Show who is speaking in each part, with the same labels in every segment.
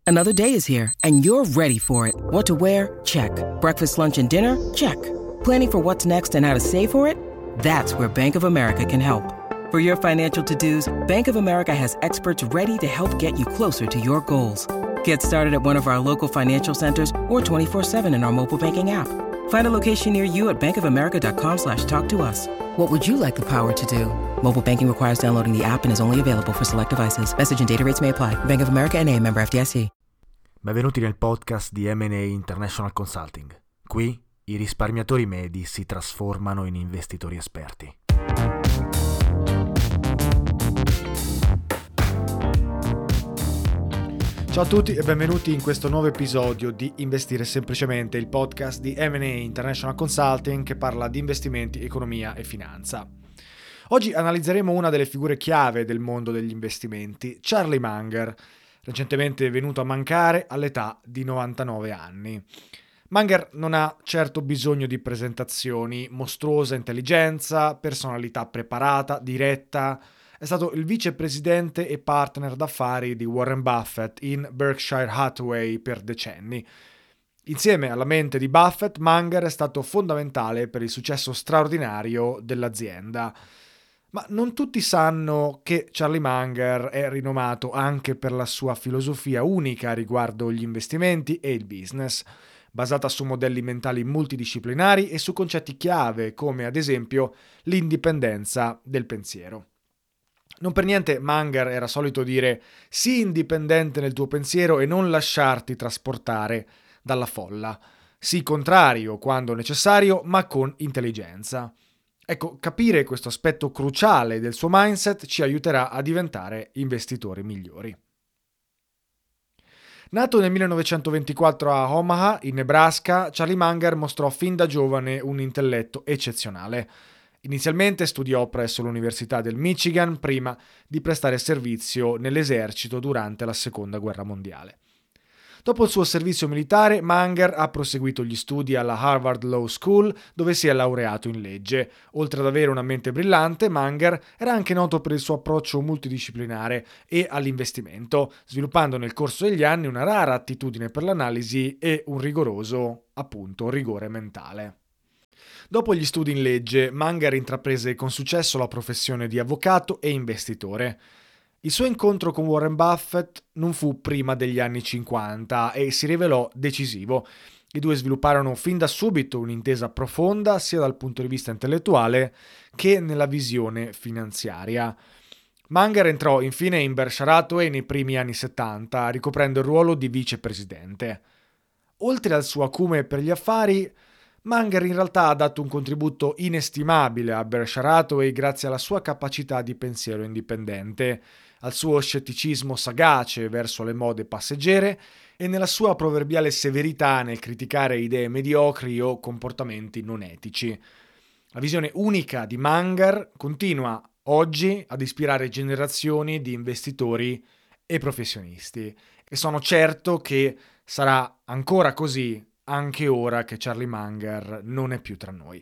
Speaker 1: Another day is here, and you're ready for it. What to wear? Check. Breakfast, lunch, and dinner? Check. Planning for what's next and how to save for it? That's where Bank of America can help. For your financial to-dos, Bank of America has experts ready to help get you closer to your goals. Get started at one of our local financial centers or 24/7 in our mobile banking app. Find a location near you at bankofamerica.com/talktous. What would you like the power to do? Mobile banking requires downloading the app and is only available for select devices. Message and data rates may apply. Bank of America N.A., member FDIC.
Speaker 2: Benvenuti nel podcast di M&A International Consulting. Qui i risparmiatori medi si trasformano in investitori esperti.
Speaker 3: Ciao a tutti e benvenuti in questo nuovo episodio di Investire Semplicemente, il podcast di M&A International Consulting che parla di investimenti, economia e finanza. Oggi analizzeremo una delle figure chiave del mondo degli investimenti, Charlie Munger, recentemente venuto a mancare all'età di 99 anni. Munger non ha certo bisogno di presentazioni, mostruosa intelligenza, personalità preparata, diretta. È stato il vicepresidente e partner d'affari di Warren Buffett in Berkshire Hathaway per decenni. Insieme alla mente di Buffett, Munger è stato fondamentale per il successo straordinario dell'azienda. Ma non tutti sanno che Charlie Munger è rinomato anche per la sua filosofia unica riguardo gli investimenti e il business, basata su modelli mentali multidisciplinari e su concetti chiave come ad esempio l'indipendenza del pensiero. Non per niente Munger era solito dire sii indipendente nel tuo pensiero e non lasciarti trasportare dalla folla. Sii contrario quando necessario, ma con intelligenza. Ecco, capire questo aspetto cruciale del suo mindset ci aiuterà a diventare investitori migliori. Nato nel 1924 a Omaha, in Nebraska, Charlie Munger mostrò fin da giovane un intelletto eccezionale. Inizialmente studiò presso l'Università del Michigan prima di prestare servizio nell'esercito durante la Seconda Guerra Mondiale. Dopo il suo servizio militare, Munger ha proseguito gli studi alla Harvard Law School, dove si è laureato in legge. Oltre ad avere una mente brillante, Munger era anche noto per il suo approccio multidisciplinare e all'investimento, sviluppando nel corso degli anni una rara attitudine per l'analisi e un rigoroso, appunto, rigore mentale. Dopo gli studi in legge, Munger intraprese con successo la professione di avvocato e investitore. Il suo incontro con Warren Buffett non fu prima degli anni 50 e si rivelò decisivo. I due svilupparono fin da subito un'intesa profonda sia dal punto di vista intellettuale che nella visione finanziaria. Munger entrò infine in Berkshire Hathaway nei primi anni 70, ricoprendo il ruolo di vicepresidente. Oltre al suo acume per gli affari, Munger in realtà ha dato un contributo inestimabile a Berkshire Hathaway grazie alla sua capacità di pensiero indipendente, al suo scetticismo sagace verso le mode passeggere e nella sua proverbiale severità nel criticare idee mediocri o comportamenti non etici. La visione unica di Munger continua oggi ad ispirare generazioni di investitori e professionisti e sono certo che sarà ancora così anche ora che Charlie Munger non è più tra noi.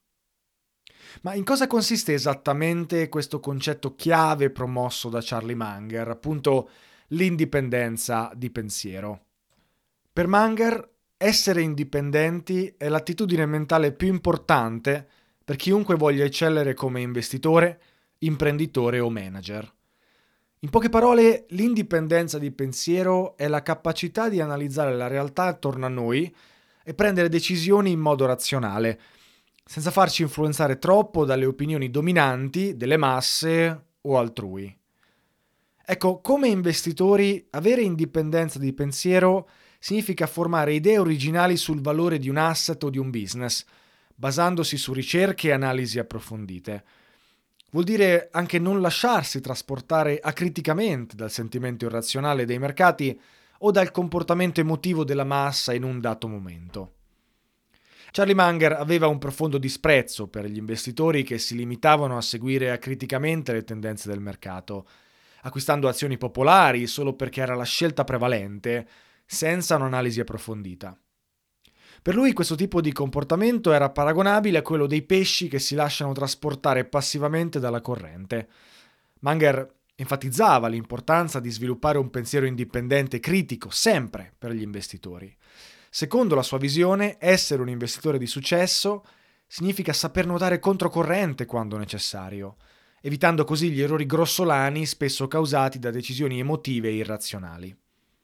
Speaker 3: Ma in cosa consiste esattamente questo concetto chiave promosso da Charlie Munger, appunto l'indipendenza di pensiero? Per Munger, essere indipendenti è l'attitudine mentale più importante per chiunque voglia eccellere come investitore, imprenditore o manager. In poche parole, l'indipendenza di pensiero è la capacità di analizzare la realtà attorno a noi e prendere decisioni in modo razionale, senza farci influenzare troppo dalle opinioni dominanti delle masse o altrui. Ecco, come investitori, avere indipendenza di pensiero significa formare idee originali sul valore di un asset o di un business, basandosi su ricerche e analisi approfondite. Vuol dire anche non lasciarsi trasportare acriticamente dal sentimento irrazionale dei mercati o dal comportamento emotivo della massa in un dato momento. Charlie Munger aveva un profondo disprezzo per gli investitori che si limitavano a seguire acriticamente le tendenze del mercato, acquistando azioni popolari solo perché era la scelta prevalente, senza un'analisi approfondita. Per lui questo tipo di comportamento era paragonabile a quello dei pesci che si lasciano trasportare passivamente dalla corrente. Munger Enfatizzava l'importanza di sviluppare un pensiero indipendente e critico sempre per gli investitori. Secondo la sua visione, essere un investitore di successo significa saper nuotare controcorrente quando necessario, evitando così gli errori grossolani spesso causati da decisioni emotive e irrazionali.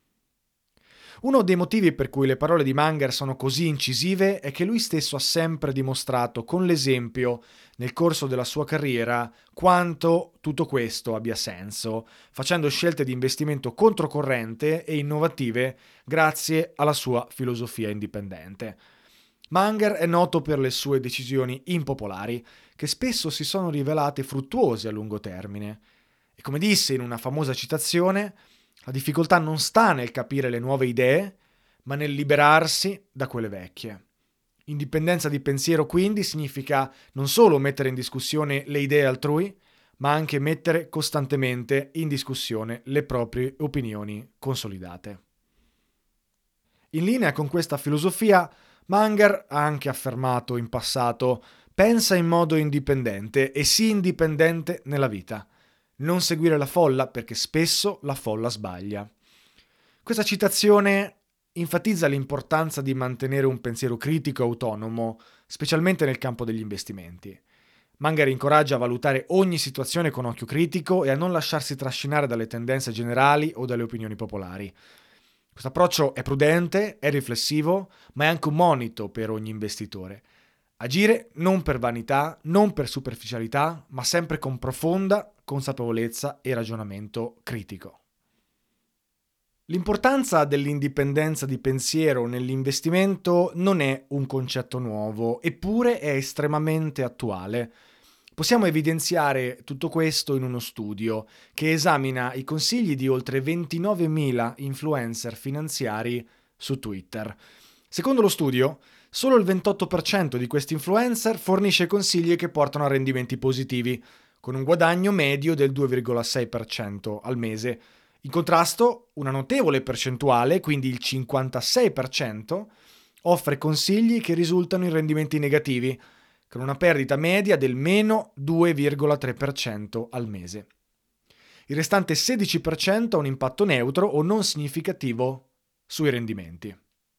Speaker 3: Uno dei motivi per cui le parole di Munger sono così incisive è che lui stesso ha sempre dimostrato con l'esempio nel corso della sua carriera quanto tutto questo abbia senso, facendo scelte di investimento controcorrente e innovative grazie alla sua filosofia indipendente. Munger è noto per le sue decisioni impopolari, che spesso si sono rivelate fruttuose a lungo termine. E come disse in una famosa citazione, la difficoltà non sta nel capire le nuove idee, ma nel liberarsi da quelle vecchie. Indipendenza di pensiero quindi significa non solo mettere in discussione le idee altrui, ma anche mettere costantemente in discussione le proprie opinioni consolidate. In linea con questa filosofia, Munger ha anche affermato in passato: pensa in modo indipendente e sii indipendente nella vita. Non seguire la folla perché spesso la folla sbaglia. Questa citazione enfatizza l'importanza di mantenere un pensiero critico e autonomo, specialmente nel campo degli investimenti. Munger incoraggia a valutare ogni situazione con occhio critico e a non lasciarsi trascinare dalle tendenze generali o dalle opinioni popolari. Questo approccio è prudente, è riflessivo, ma è anche un monito per ogni investitore. Agire non per vanità, non per superficialità, ma sempre con profonda consapevolezza e ragionamento critico. L'importanza dell'indipendenza di pensiero nell'investimento non è un concetto nuovo, eppure è estremamente attuale. Possiamo evidenziare tutto questo in uno studio che esamina i consigli di oltre 29.000 influencer finanziari su Twitter. Secondo lo studio, solo il 28% di questi influencer fornisce consigli che portano a rendimenti positivi, con un guadagno medio del 2,6% al mese. In contrasto, una notevole percentuale, quindi il 56%, offre consigli che risultano in rendimenti negativi, con una perdita media del meno 2,3% al mese. Il restante 16% ha un impatto neutro o non significativo sui rendimenti.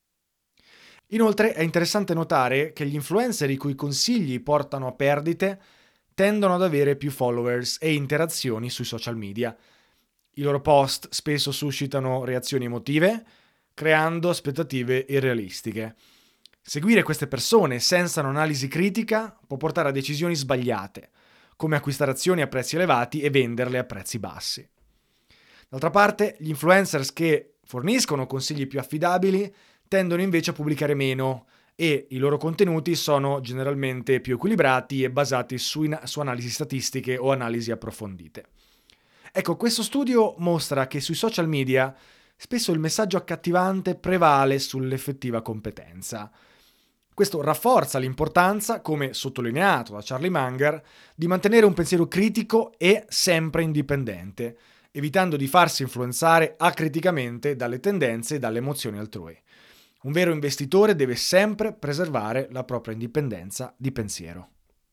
Speaker 3: Inoltre è interessante notare che gli influencer i cui consigli portano a perdite tendono ad avere più followers e interazioni sui social media. I loro post spesso suscitano reazioni emotive, creando aspettative irrealistiche. Seguire queste persone senza un'analisi critica può portare a decisioni sbagliate, come acquistare azioni a prezzi elevati e venderle a prezzi bassi. D'altra parte, gli influencers che forniscono consigli più affidabili tendono invece a pubblicare meno e i loro contenuti sono generalmente più equilibrati e basati su analisi statistiche o analisi approfondite. Ecco, questo studio mostra che sui social media spesso il messaggio accattivante prevale sull'effettiva competenza. Questo rafforza l'importanza, come sottolineato da Charlie Munger, di mantenere un pensiero critico e sempre indipendente, evitando di farsi influenzare acriticamente dalle tendenze e dalle emozioni altrui. Un vero investitore deve sempre preservare la propria indipendenza di pensiero.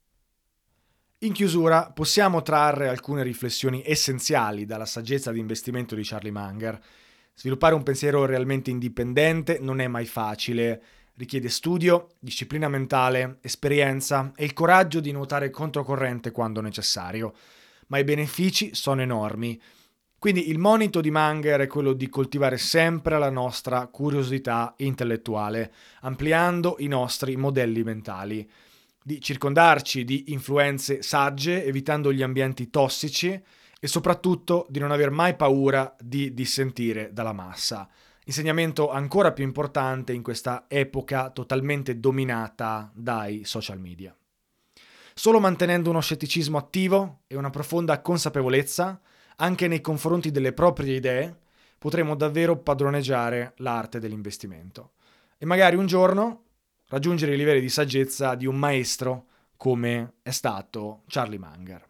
Speaker 3: In chiusura, possiamo trarre alcune riflessioni essenziali dalla saggezza di investimento di Charlie Munger. Sviluppare un pensiero realmente indipendente non è mai facile. Richiede studio, disciplina mentale, esperienza e il coraggio di nuotare controcorrente quando necessario. Ma i benefici sono enormi. Quindi il monito di Munger è quello di coltivare sempre la nostra curiosità intellettuale, ampliando i nostri modelli mentali, di circondarci di influenze sagge, evitando gli ambienti tossici e soprattutto di non aver mai paura di dissentire dalla massa. Insegnamento ancora più importante in questa epoca totalmente dominata dai social media. Solo mantenendo uno scetticismo attivo e una profonda consapevolezza, anche nei confronti delle proprie idee, potremo davvero padroneggiare l'arte dell'investimento. E magari un giorno raggiungere i livelli di saggezza di un maestro come è stato Charlie Munger.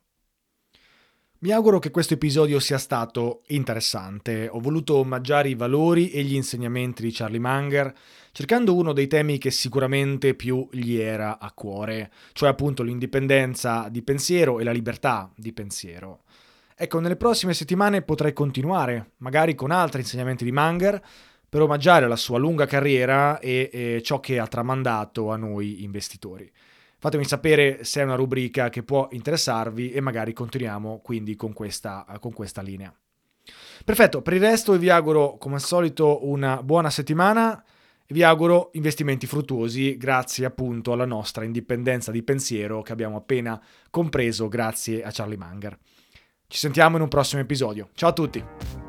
Speaker 3: Mi auguro che questo episodio sia stato interessante. Ho voluto omaggiare i valori e gli insegnamenti di Charlie Munger, cercando uno dei temi che sicuramente più gli era a cuore, cioè appunto l'indipendenza di pensiero e la libertà di pensiero. Ecco, nelle prossime settimane potrei continuare, magari con altri insegnamenti di Munger, per omaggiare la sua lunga carriera e ciò che ha tramandato a noi investitori. Fatemi sapere se è una rubrica che può interessarvi e magari continuiamo quindi con questa linea. Perfetto, per il resto vi auguro come al solito una buona settimana e vi auguro investimenti fruttuosi grazie appunto alla nostra indipendenza di pensiero che abbiamo appena compreso grazie a Charlie Munger. Ci sentiamo in un prossimo episodio. Ciao a tutti!